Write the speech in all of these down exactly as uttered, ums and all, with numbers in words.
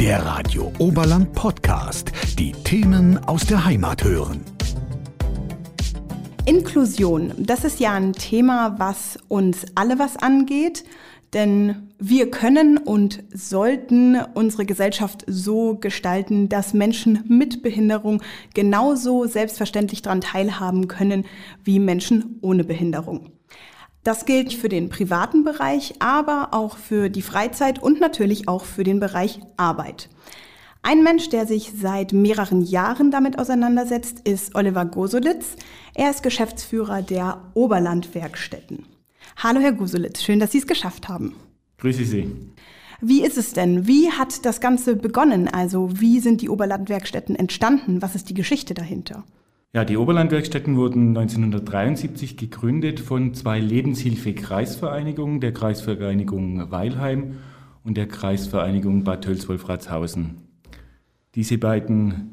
Der Radio Oberland Podcast. Die Themen aus der Heimat hören. Inklusion, das ist ja ein Thema, was uns alle was angeht. Denn wir können und sollten unsere Gesellschaft so gestalten, dass Menschen mit Behinderung genauso selbstverständlich daran teilhaben können wie Menschen ohne Behinderung. Das gilt für den privaten Bereich, aber auch für die Freizeit und natürlich auch für den Bereich Arbeit. Ein Mensch, der sich seit mehreren Jahren damit auseinandersetzt, ist Oliver Gosolitz. Er ist Geschäftsführer der Oberland-Werkstätten. Hallo Herr Gosolitz, schön, dass Sie es geschafft haben. Grüße Sie. Wie ist es denn? Wie hat das Ganze begonnen? Also wie sind die Oberland-Werkstätten entstanden? Was ist die Geschichte dahinter? Ja, die Oberland-Werkstätten wurden neunzehnhundertdreiundsiebzig gegründet von zwei Lebenshilfe-Kreisvereinigungen, der Kreisvereinigung Weilheim und der Kreisvereinigung Bad Tölz-Wolfratshausen. Diese beiden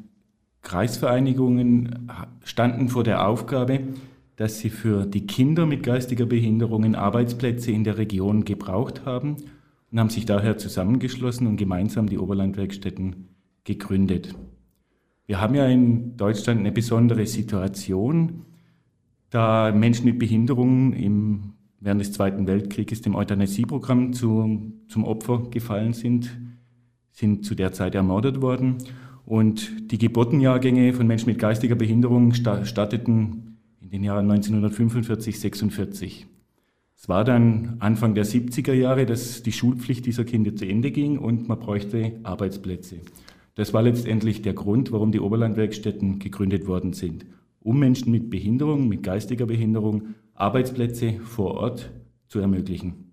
Kreisvereinigungen standen vor der Aufgabe, dass sie für die Kinder mit geistiger Behinderung Arbeitsplätze in der Region gebraucht haben und haben sich daher zusammengeschlossen und gemeinsam die Oberland-Werkstätten gegründet. Wir haben ja in Deutschland eine besondere Situation, da Menschen mit Behinderungen im, während des Zweiten Weltkrieges dem Euthanasieprogramm zu, zum Opfer gefallen sind, sind zu der Zeit ermordet worden. Und die Geburtenjahrgänge von Menschen mit geistiger Behinderung starteten in den Jahren neunzehnhundertfünfundvierzig, sechsundvierzig. Es war dann Anfang der siebziger Jahre, dass die Schulpflicht dieser Kinder zu Ende ging und man bräuchte Arbeitsplätze. Das war letztendlich der Grund, warum die Oberland-Werkstätten gegründet worden sind, um Menschen mit Behinderung, mit geistiger Behinderung Arbeitsplätze vor Ort zu ermöglichen.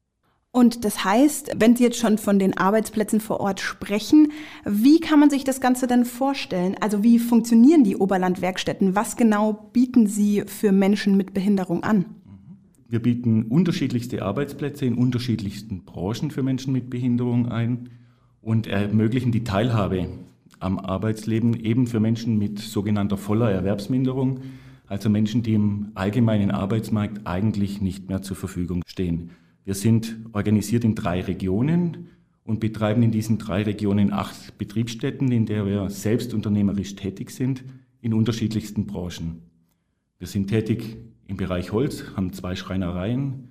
Und das heißt, wenn Sie jetzt schon von den Arbeitsplätzen vor Ort sprechen, wie kann man sich das Ganze denn vorstellen? Also wie funktionieren die Oberland-Werkstätten? Was genau bieten Sie für Menschen mit Behinderung an? Wir bieten unterschiedlichste Arbeitsplätze in unterschiedlichsten Branchen für Menschen mit Behinderung ein und ermöglichen die Teilhabe am Arbeitsleben eben für Menschen mit sogenannter voller Erwerbsminderung, also Menschen, die im allgemeinen Arbeitsmarkt eigentlich nicht mehr zur Verfügung stehen. Wir sind organisiert in drei Regionen und betreiben in diesen drei Regionen acht Betriebsstätten, in der wir selbst unternehmerisch tätig sind, in unterschiedlichsten Branchen. Wir sind tätig im Bereich Holz, haben zwei Schreinereien.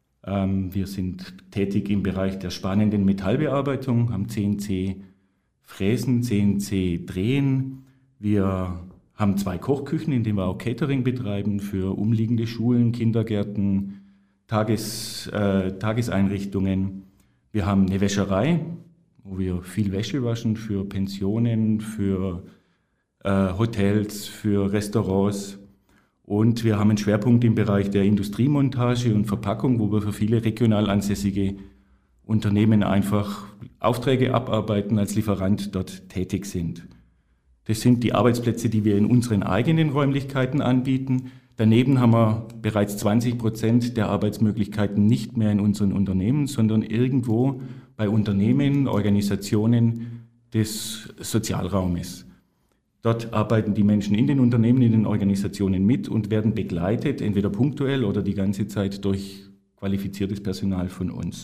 Wir sind tätig im Bereich der spannenden Metallbearbeitung, haben C N C-Fräsen, C N C-Drehen. Wir haben zwei Kochküchen, in denen wir auch Catering betreiben für umliegende Schulen, Kindergärten, Tages, äh, Tageseinrichtungen. Wir haben eine Wäscherei, wo wir viel Wäsche waschen für Pensionen, für äh, Hotels, für Restaurants. Und wir haben einen Schwerpunkt im Bereich der Industriemontage und Verpackung, wo wir für viele regional ansässige Unternehmen einfach Aufträge abarbeiten, als Lieferant dort tätig sind. Das sind die Arbeitsplätze, die wir in unseren eigenen Räumlichkeiten anbieten. Daneben haben wir bereits zwanzig Prozent der Arbeitsmöglichkeiten nicht mehr in unseren Unternehmen, sondern irgendwo bei Unternehmen, Organisationen des Sozialraumes. Dort arbeiten die Menschen in den Unternehmen, in den Organisationen mit und werden begleitet, entweder punktuell oder die ganze Zeit durch qualifiziertes Personal von uns.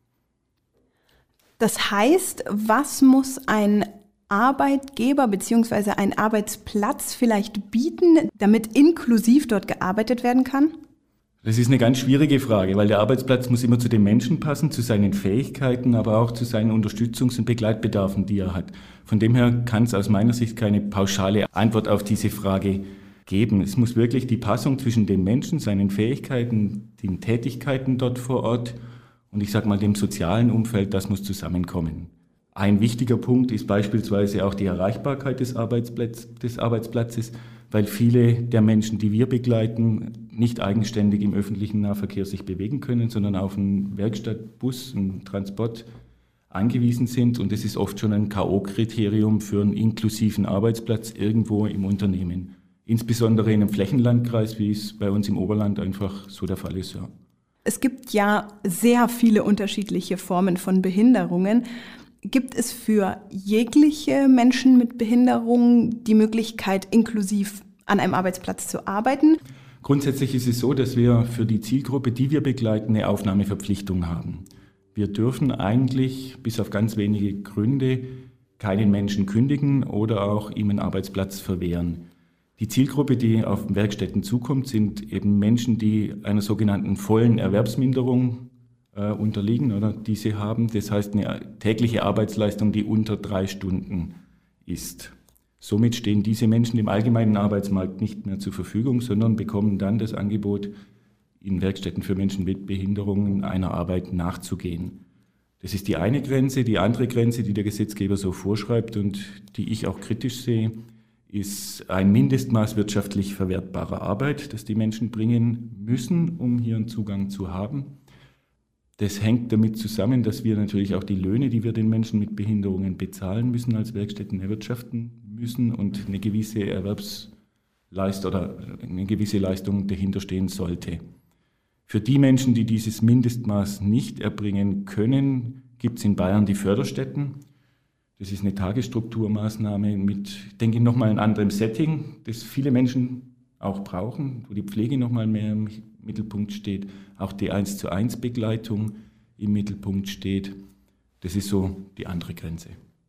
Das heißt, was muss ein Arbeitgeber bzw. ein Arbeitsplatz vielleicht bieten, damit inklusiv dort gearbeitet werden kann? Das ist eine ganz schwierige Frage, weil der Arbeitsplatz muss immer zu den Menschen passen, zu seinen Fähigkeiten, aber auch zu seinen Unterstützungs- und Begleitbedarfen, die er hat. Von dem her kann es aus meiner Sicht keine pauschale Antwort auf diese Frage geben. Es muss wirklich die Passung zwischen dem Menschen, seinen Fähigkeiten, den Tätigkeiten dort vor Ort und ich sage mal dem sozialen Umfeld, das muss zusammenkommen. Ein wichtiger Punkt ist beispielsweise auch die Erreichbarkeit des, Arbeitsplatz, des Arbeitsplatzes, weil viele der Menschen, die wir begleiten, nicht eigenständig im öffentlichen Nahverkehr sich bewegen können, sondern auf einen Werkstattbus, einen Transport angewiesen sind. Und das ist oft schon ein K O-Kriterium für einen inklusiven Arbeitsplatz irgendwo im Unternehmen. Insbesondere in einem Flächenlandkreis, wie es bei uns im Oberland einfach so der Fall ist. Ja. Es gibt ja sehr viele unterschiedliche Formen von Behinderungen. Gibt es für jegliche Menschen mit Behinderung die Möglichkeit, inklusiv an einem Arbeitsplatz zu arbeiten? Grundsätzlich ist es so, dass wir für die Zielgruppe, die wir begleiten, eine Aufnahmeverpflichtung haben. Wir dürfen eigentlich, bis auf ganz wenige Gründe, keinen Menschen kündigen oder auch ihm einen Arbeitsplatz verwehren. Die Zielgruppe, die auf Werkstätten zukommt, sind eben Menschen, die einer sogenannten vollen Erwerbsminderung äh, unterliegen oder diese haben. Das heißt eine tägliche Arbeitsleistung, die unter drei Stunden ist. Somit stehen diese Menschen im allgemeinen Arbeitsmarkt nicht mehr zur Verfügung, sondern bekommen dann das Angebot, in Werkstätten für Menschen mit Behinderungen einer Arbeit nachzugehen. Das ist die eine Grenze. Die andere Grenze, die der Gesetzgeber so vorschreibt und die ich auch kritisch sehe, ist ein Mindestmaß wirtschaftlich verwertbarer Arbeit, das die Menschen bringen müssen, um hier einen Zugang zu haben. Das hängt damit zusammen, dass wir natürlich auch die Löhne, die wir den Menschen mit Behinderungen bezahlen müssen, als Werkstätten erwirtschaften müssen und eine gewisse Erwerbsleistung oder eine gewisse Leistung dahinter stehen sollte. Für die Menschen, die dieses Mindestmaß nicht erbringen können, gibt es in Bayern die Förderstätten. Das ist eine Tagesstrukturmaßnahme mit, denke ich, nochmal einem anderen Setting, das viele Menschen auch brauchen, wo die Pflege nochmal mehr im Mittelpunkt steht, auch die eins zu eins Begleitung im Mittelpunkt steht. Das ist so die andere Grenze.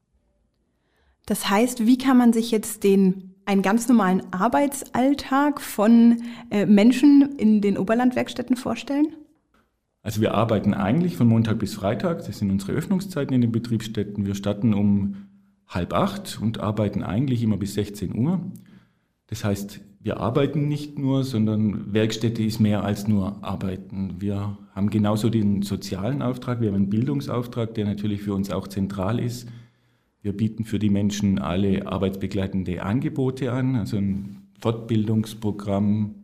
Das heißt, wie kann man sich jetzt den, einen ganz normalen Arbeitsalltag von äh, Menschen in den Oberlandwerkstätten vorstellen? Also wir arbeiten eigentlich von Montag bis Freitag, das sind unsere Öffnungszeiten in den Betriebsstätten. Wir starten um halb acht und arbeiten eigentlich immer bis sechzehn Uhr. Das heißt, wir arbeiten nicht nur, sondern Werkstätte ist mehr als nur Arbeiten. Wir haben genauso den sozialen Auftrag, wir haben einen Bildungsauftrag, der natürlich für uns auch zentral ist. Wir bieten für die Menschen alle arbeitsbegleitende Angebote an, also ein Fortbildungsprogramm,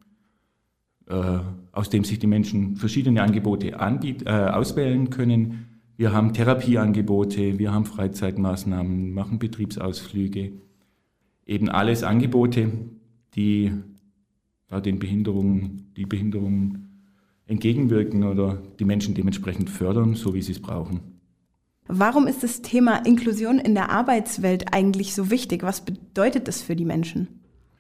aus dem sich die Menschen verschiedene Angebote anbiet, äh, auswählen können. Wir haben Therapieangebote, wir haben Freizeitmaßnahmen, machen Betriebsausflüge. Eben alles Angebote, die ja, den Behinderungen, die Behinderungen entgegenwirken oder die Menschen dementsprechend fördern, so wie sie es brauchen. Warum ist das Thema Inklusion in der Arbeitswelt eigentlich so wichtig? Was bedeutet das für die Menschen?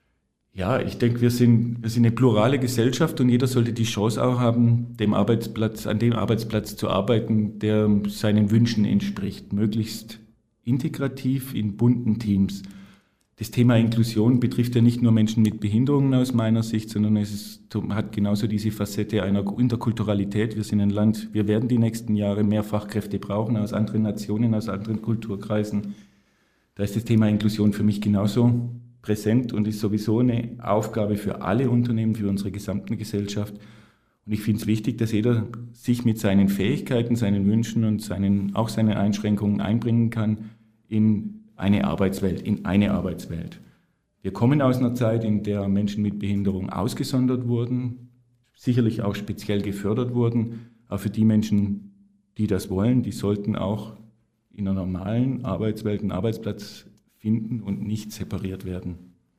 Ja, ich denke, wir sind, wir sind eine plurale Gesellschaft und jeder sollte die Chance auch haben, dem Arbeitsplatz, an dem Arbeitsplatz zu arbeiten, der seinen Wünschen entspricht, möglichst integrativ in bunten Teams. Das Thema Inklusion betrifft ja nicht nur Menschen mit Behinderungen aus meiner Sicht, sondern es ist, hat genauso diese Facette einer Interkulturalität. Wir sind ein Land, wir werden die nächsten Jahre mehr Fachkräfte brauchen aus anderen Nationen, aus anderen Kulturkreisen. Da ist das Thema Inklusion für mich genauso präsent und ist sowieso eine Aufgabe für alle Unternehmen, für unsere gesamte Gesellschaft. Und ich finde es wichtig, dass jeder sich mit seinen Fähigkeiten, seinen Wünschen und seinen, auch seinen Einschränkungen einbringen kann in eine Arbeitswelt, in eine Arbeitswelt. Wir kommen aus einer Zeit, in der Menschen mit Behinderung ausgesondert wurden, sicherlich auch speziell gefördert wurden, aber für die Menschen, die das wollen, die sollten auch in einer normalen Arbeitswelt einen Arbeitsplatz finden und nicht separiert werden.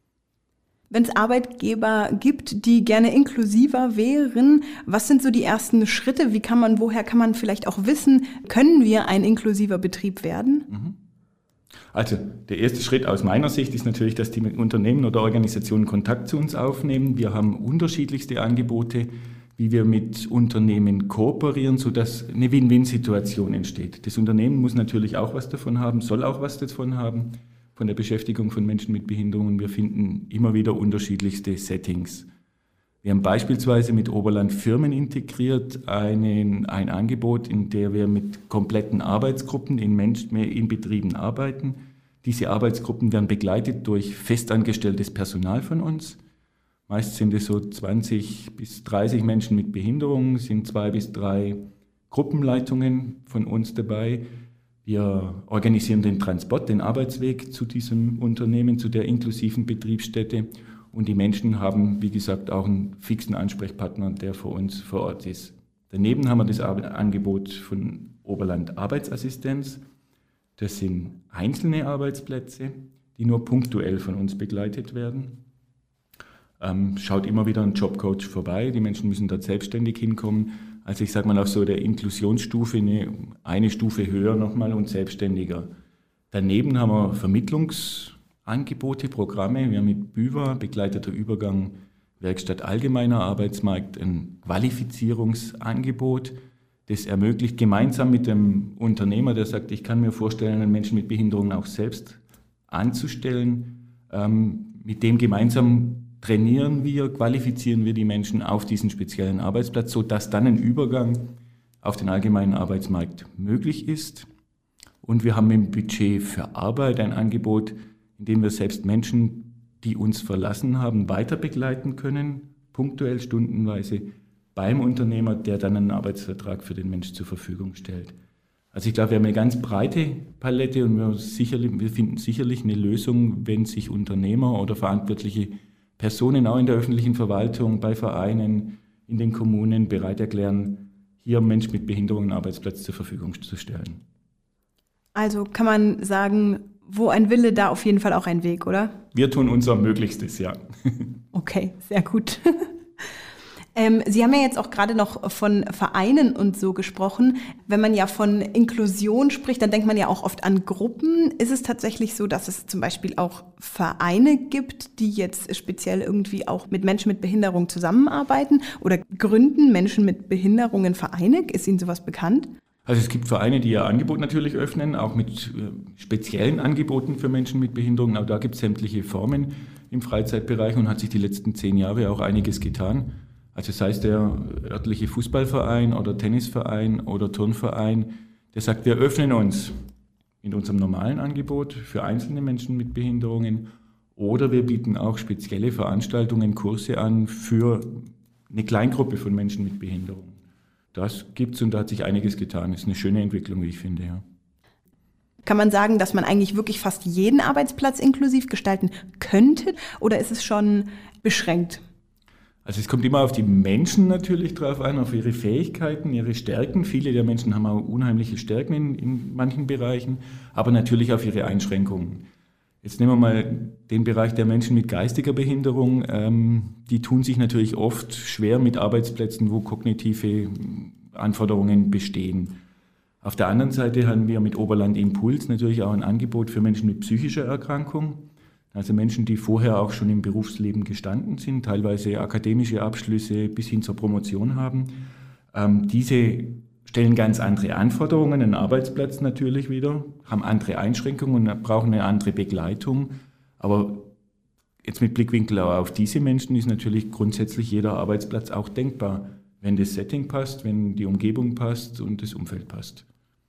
Wenn es Arbeitgeber gibt, die gerne inklusiver wären, was sind so die ersten Schritte? Wie kann man, woher kann man vielleicht auch wissen, können wir ein inklusiver Betrieb werden? Also der erste Schritt aus meiner Sicht ist natürlich, dass die Unternehmen oder Organisationen Kontakt zu uns aufnehmen. Wir haben unterschiedlichste Angebote, wie wir mit Unternehmen kooperieren, sodass eine Win-Win-Situation entsteht. Das Unternehmen muss natürlich auch was davon haben, soll auch was davon haben, von der Beschäftigung von Menschen mit Behinderungen. Wir finden immer wieder unterschiedlichste Settings. Wir haben beispielsweise mit Oberland Firmen integriert einen, ein Angebot, in der wir mit kompletten Arbeitsgruppen in, Mensch, in Betrieben arbeiten. Diese Arbeitsgruppen werden begleitet durch festangestelltes Personal von uns. Meist sind es so zwanzig bis dreißig Menschen mit Behinderungen, sind zwei bis drei Gruppenleitungen von uns dabei. Wir organisieren den Transport, den Arbeitsweg zu diesem Unternehmen, zu der inklusiven Betriebsstätte. Und die Menschen haben, wie gesagt, auch einen fixen Ansprechpartner, der für uns vor Ort ist. Daneben haben wir das Angebot von Oberland Arbeitsassistenz. Das sind einzelne Arbeitsplätze, die nur punktuell von uns begleitet werden. Ähm, schaut immer wieder ein Jobcoach vorbei. Die Menschen müssen dort selbstständig hinkommen. Also ich sage mal auf so der Inklusionsstufe eine, eine Stufe höher nochmal und selbstständiger. Daneben haben wir Vermittlungsangebote, Programme. Wir haben mit B Ü W A, begleiteter Übergang Werkstatt allgemeiner Arbeitsmarkt, ein Qualifizierungsangebot. das ermöglicht, gemeinsam mit dem Unternehmer, der sagt, ich kann mir vorstellen, einen Menschen mit Behinderungen auch selbst anzustellen. Ähm, mit dem gemeinsam trainieren wir, qualifizieren wir die Menschen auf diesen speziellen Arbeitsplatz, sodass dann ein Übergang auf den allgemeinen Arbeitsmarkt möglich ist. Und wir haben im Budget für Arbeit ein Angebot, in dem wir selbst Menschen, die uns verlassen haben, weiter begleiten können, punktuell, stundenweise, beim Unternehmer, der dann einen Arbeitsvertrag für den Menschen zur Verfügung stellt. Also ich glaube, wir haben eine ganz breite Palette und wir, sicherlich, wir finden sicherlich eine Lösung, wenn sich Unternehmer oder verantwortliche Personen auch in der öffentlichen Verwaltung, bei Vereinen, in den Kommunen bereit erklären, hier einem Menschen mit Behinderung einen Arbeitsplatz zur Verfügung zu stellen. Also kann man sagen, wo ein Wille, da auf jeden Fall auch ein Weg, oder? Wir tun unser Möglichstes, ja. Okay, sehr gut. Ähm, Sie haben ja jetzt auch gerade noch von Vereinen und so gesprochen. Wenn man ja von Inklusion spricht, dann denkt man ja auch oft an Gruppen. Ist es tatsächlich so, dass es zum Beispiel auch Vereine gibt, die jetzt speziell irgendwie auch mit Menschen mit Behinderung zusammenarbeiten oder gründen Menschen mit Behinderungen Vereine? Ist Ihnen sowas bekannt? Also es gibt Vereine, die ihr Angebot natürlich öffnen, auch mit äh, speziellen Angeboten für Menschen mit Behinderungen. Auch da gibt es sämtliche Formen im Freizeitbereich und hat sich die letzten zehn Jahre auch einiges getan. Also sei es der örtliche Fußballverein oder Tennisverein oder Turnverein, der sagt, wir öffnen uns in unserem normalen Angebot für einzelne Menschen mit Behinderungen oder wir bieten auch spezielle Veranstaltungen, Kurse an für eine Kleingruppe von Menschen mit Behinderung. Das gibt's und da hat sich einiges getan. Das ist eine schöne Entwicklung, wie ich finde, ja. Kann man sagen, dass man eigentlich wirklich fast jeden Arbeitsplatz inklusiv gestalten könnte oder ist es schon beschränkt? Also es kommt immer auf die Menschen natürlich drauf an, auf ihre Fähigkeiten, ihre Stärken. Viele der Menschen haben auch unheimliche Stärken in, in manchen Bereichen, aber natürlich auf ihre Einschränkungen. Jetzt nehmen wir mal den Bereich der Menschen mit geistiger Behinderung. Ähm, die tun sich natürlich oft schwer mit Arbeitsplätzen, wo kognitive Anforderungen bestehen. Auf der anderen Seite haben wir mit Oberland Impuls natürlich auch ein Angebot für Menschen mit psychischer Erkrankung. Also Menschen, die vorher auch schon im Berufsleben gestanden sind, teilweise akademische Abschlüsse bis hin zur Promotion haben. Ähm, diese stellen ganz andere Anforderungen, einen Arbeitsplatz natürlich wieder, haben andere Einschränkungen und brauchen eine andere Begleitung. Aber jetzt mit Blickwinkel auch auf diese Menschen ist natürlich grundsätzlich jeder Arbeitsplatz auch denkbar, wenn das Setting passt, wenn die Umgebung passt und das Umfeld passt.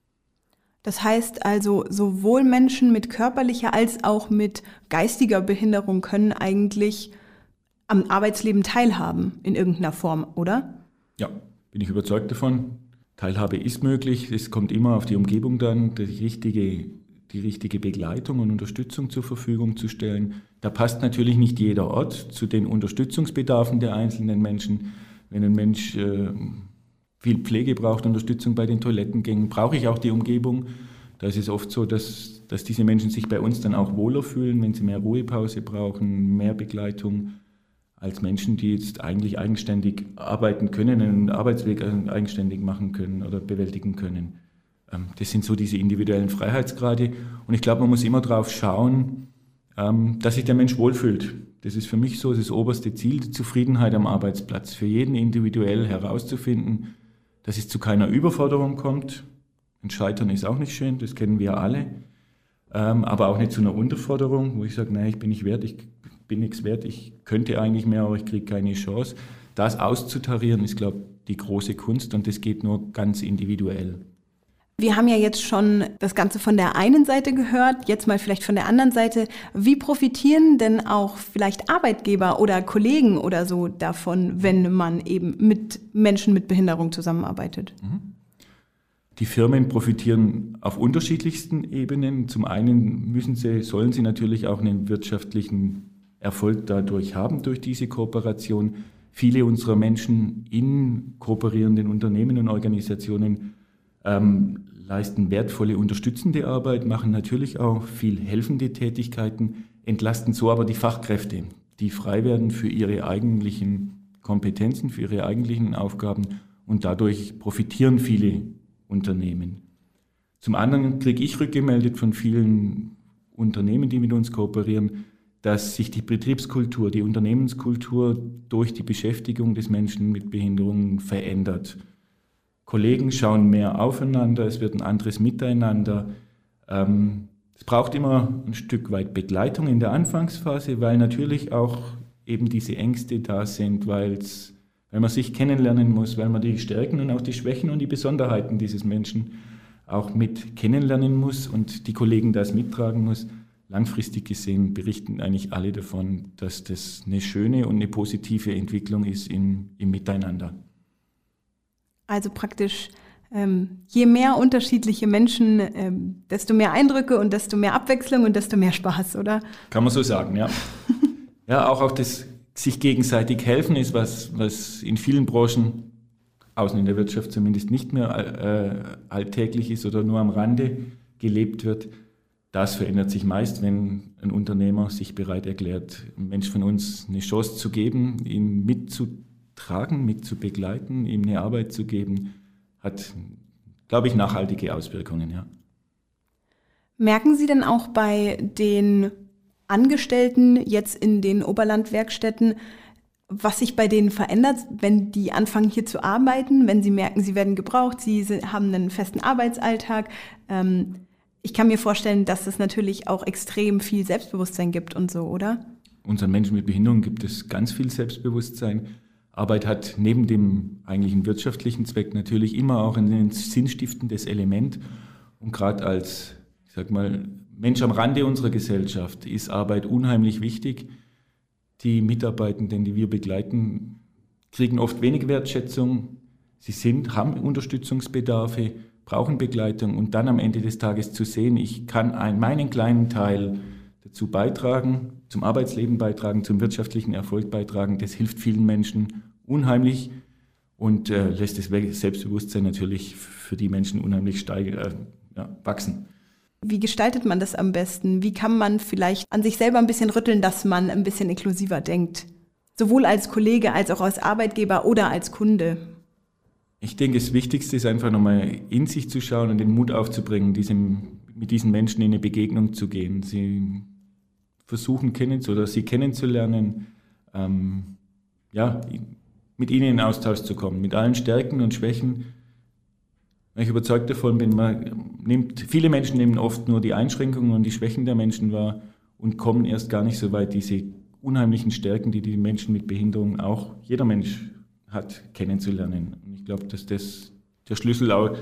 Das heißt also, sowohl Menschen mit körperlicher als auch mit geistiger Behinderung können eigentlich am Arbeitsleben teilhaben in irgendeiner Form, oder? Ja, bin ich überzeugt davon. Teilhabe ist möglich. Es kommt immer auf die Umgebung dann, die richtige, die richtige Begleitung und Unterstützung zur Verfügung zu stellen. Da passt natürlich nicht jeder Ort zu den Unterstützungsbedarfen der einzelnen Menschen. Wenn ein Mensch äh, viel Pflege braucht, Unterstützung bei den Toilettengängen, brauche ich auch die Umgebung. Da ist es oft so, dass, dass diese Menschen sich bei uns dann auch wohler fühlen, wenn sie mehr Ruhepause brauchen, mehr Begleitung, als Menschen, die jetzt eigentlich eigenständig arbeiten können, einen Arbeitsweg eigenständig machen können oder bewältigen können. Das sind so diese individuellen Freiheitsgrade. Und ich glaube, man muss immer darauf schauen, dass sich der Mensch wohlfühlt. Das ist für mich so das oberste Ziel, die Zufriedenheit am Arbeitsplatz. Für jeden individuell herauszufinden, dass es zu keiner Überforderung kommt. Ein Scheitern ist auch nicht schön, das kennen wir alle. Aber auch nicht zu einer Unterforderung, wo ich sage, nein, ich bin nicht wert, ich bin nichts wert, ich könnte eigentlich mehr, aber ich kriege keine Chance. Das auszutarieren ist, glaube ich, die große Kunst und das geht nur ganz individuell. Wir haben ja jetzt schon das Ganze von der einen Seite gehört, jetzt mal vielleicht von der anderen Seite. Wie profitieren denn auch vielleicht Arbeitgeber oder Kollegen oder so davon, wenn man eben mit Menschen mit Behinderung zusammenarbeitet? Die Firmen profitieren auf unterschiedlichsten Ebenen. Zum einen müssen sie, sollen sie natürlich auch einen wirtschaftlichen Erfolg dadurch haben, durch diese Kooperation. Viele unserer Menschen in kooperierenden Unternehmen und Organisationen ähm, leisten wertvolle, unterstützende Arbeit, machen natürlich auch viel helfende Tätigkeiten, entlasten so aber die Fachkräfte, die frei werden für ihre eigentlichen Kompetenzen, für ihre eigentlichen Aufgaben und dadurch profitieren viele Unternehmen. Zum anderen kriege ich rückgemeldet von vielen Unternehmen, die mit uns kooperieren, dass sich die Betriebskultur, die Unternehmenskultur durch die Beschäftigung des Menschen mit Behinderungen verändert. Kollegen schauen mehr aufeinander, es wird ein anderes Miteinander. Ähm, es braucht immer ein Stück weit Begleitung in der Anfangsphase, weil natürlich auch eben diese Ängste da sind, weil's, weil man sich kennenlernen muss, weil man die Stärken und auch die Schwächen und die Besonderheiten dieses Menschen auch mit kennenlernen muss und die Kollegen das mittragen muss. Langfristig gesehen berichten eigentlich alle davon, dass das eine schöne und eine positive Entwicklung ist im, im Miteinander. Also praktisch, ähm, je mehr unterschiedliche Menschen, ähm, desto mehr Eindrücke und desto mehr Abwechslung und desto mehr Spaß, oder? Kann man so sagen, ja. Ja, auch, auch das sich gegenseitig helfen ist, was, was in vielen Branchen, außen in der Wirtschaft zumindest, nicht mehr äh, alltäglich ist oder nur am Rande gelebt wird. Das verändert sich meist, wenn ein Unternehmer sich bereit erklärt, einem Mensch von uns eine Chance zu geben, ihn mitzutragen, mitzubegleiten, ihm eine Arbeit zu geben, hat, glaube ich, nachhaltige Auswirkungen, ja. Merken Sie denn auch bei den Angestellten jetzt in den Oberlandwerkstätten, was sich bei denen verändert, wenn die anfangen hier zu arbeiten, wenn sie merken, sie werden gebraucht, sie haben einen festen Arbeitsalltag? Ähm, ich kann mir vorstellen, dass es natürlich auch extrem viel Selbstbewusstsein gibt und so, oder? Unseren Menschen mit Behinderung gibt es ganz viel Selbstbewusstsein. Arbeit hat neben dem eigentlichen wirtschaftlichen Zweck natürlich immer auch ein sinnstiftendes Element. Und gerade als, ich sag mal, Mensch am Rande unserer Gesellschaft ist Arbeit unheimlich wichtig. Die Mitarbeitenden, die wir begleiten, kriegen oft wenig Wertschätzung. Sie sind, haben Unterstützungsbedarfe, brauchen Begleitung und dann am Ende des Tages zu sehen, ich kann einen, meinen kleinen Teil dazu beitragen, zum Arbeitsleben beitragen, zum wirtschaftlichen Erfolg beitragen, das hilft vielen Menschen unheimlich und äh, lässt das Selbstbewusstsein natürlich für die Menschen unheimlich steigen, äh, ja, wachsen. Wie gestaltet man das am besten? Wie kann man vielleicht an sich selber ein bisschen rütteln, dass man ein bisschen inklusiver denkt? Sowohl als Kollege als auch als Arbeitgeber oder als Kunde. Ich denke, das Wichtigste ist einfach nochmal in sich zu schauen und den Mut aufzubringen, diesem, mit diesen Menschen in eine Begegnung zu gehen. Sie versuchen kennen oder sie kennenzulernen, ähm, ja, mit ihnen in Austausch zu kommen, mit allen Stärken und Schwächen. Weil ich überzeugt davon bin, man nimmt, viele Menschen nehmen oft nur die Einschränkungen und die Schwächen der Menschen wahr und kommen erst gar nicht so weit, diese unheimlichen Stärken, die die Menschen mit Behinderung auch, jeder Mensch hat, kennenzulernen. Und ich glaube, dass das der Schlüssel auch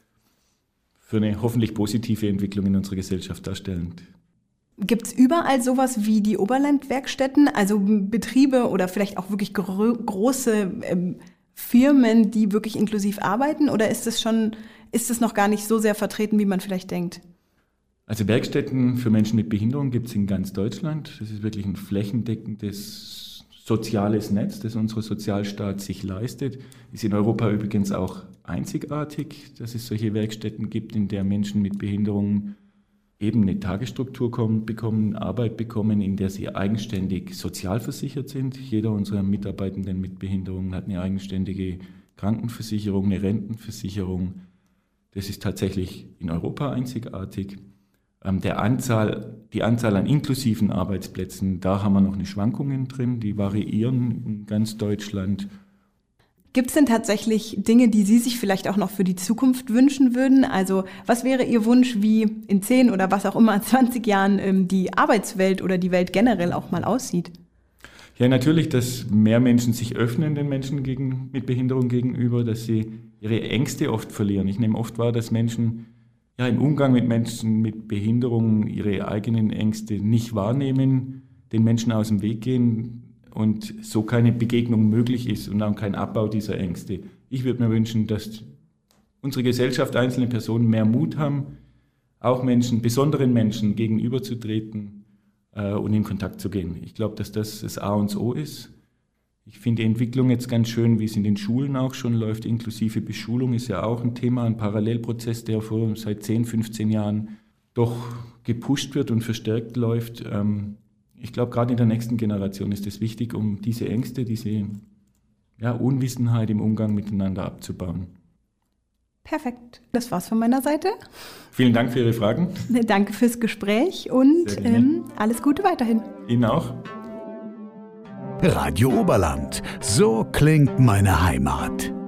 für eine hoffentlich positive Entwicklung in unserer Gesellschaft darstellt. Gibt es überall sowas wie die Oberlandwerkstätten, also Betriebe oder vielleicht auch wirklich gro- große ähm, Firmen, die wirklich inklusiv arbeiten, oder ist das schon, ist das noch gar nicht so sehr vertreten, wie man vielleicht denkt? Also Werkstätten für Menschen mit Behinderung gibt es in ganz Deutschland. Das ist wirklich ein flächendeckendes soziales Netz, das unser Sozialstaat sich leistet. Ist in Europa übrigens auch einzigartig, dass es solche Werkstätten gibt, in der Menschen mit Behinderungen eben eine Tagesstruktur kommen, bekommen, Arbeit bekommen, in der sie eigenständig sozialversichert sind. Jeder unserer Mitarbeitenden mit Behinderungen hat eine eigenständige Krankenversicherung, eine Rentenversicherung. Das ist tatsächlich in Europa einzigartig. Ähm, der Anzahl, die Anzahl an inklusiven Arbeitsplätzen, da haben wir noch eine Schwankungen drin, die variieren in ganz Deutschland. Gibt es denn tatsächlich Dinge, die Sie sich vielleicht auch noch für die Zukunft wünschen würden? Also was wäre Ihr Wunsch, wie in zehn oder was auch immer, zwanzig Jahren ähm, die Arbeitswelt oder die Welt generell auch mal aussieht? Ja, natürlich, dass mehr Menschen sich öffnen den Menschen gegen, mit Behinderung gegenüber, dass sie ihre Ängste oft verlieren. Ich nehme oft wahr, dass Menschen ja, im Umgang mit Menschen mit Behinderung ihre eigenen Ängste nicht wahrnehmen, den Menschen aus dem Weg gehen und so keine Begegnung möglich ist und auch kein Abbau dieser Ängste. Ich würde mir wünschen, dass unsere Gesellschaft, einzelne Personen mehr Mut haben, auch Menschen, besonderen Menschen gegenüberzutreten äh, und in Kontakt zu gehen. Ich glaube, dass das das A und O ist. Ich finde die Entwicklung jetzt ganz schön, wie es in den Schulen auch schon läuft. Inklusive Beschulung ist ja auch ein Thema, ein Parallelprozess, der vor seit zehn, fünfzehn Jahren doch gepusht wird und verstärkt läuft. Ähm, Ich glaube, gerade in der nächsten Generation ist es wichtig, um diese Ängste, diese ja, Unwissenheit im Umgang miteinander abzubauen. Perfekt. Das war's von meiner Seite. Vielen Dank für Ihre Fragen. Danke fürs Gespräch und ähm, alles Gute weiterhin. Ihnen auch. Radio Oberland. So klingt meine Heimat.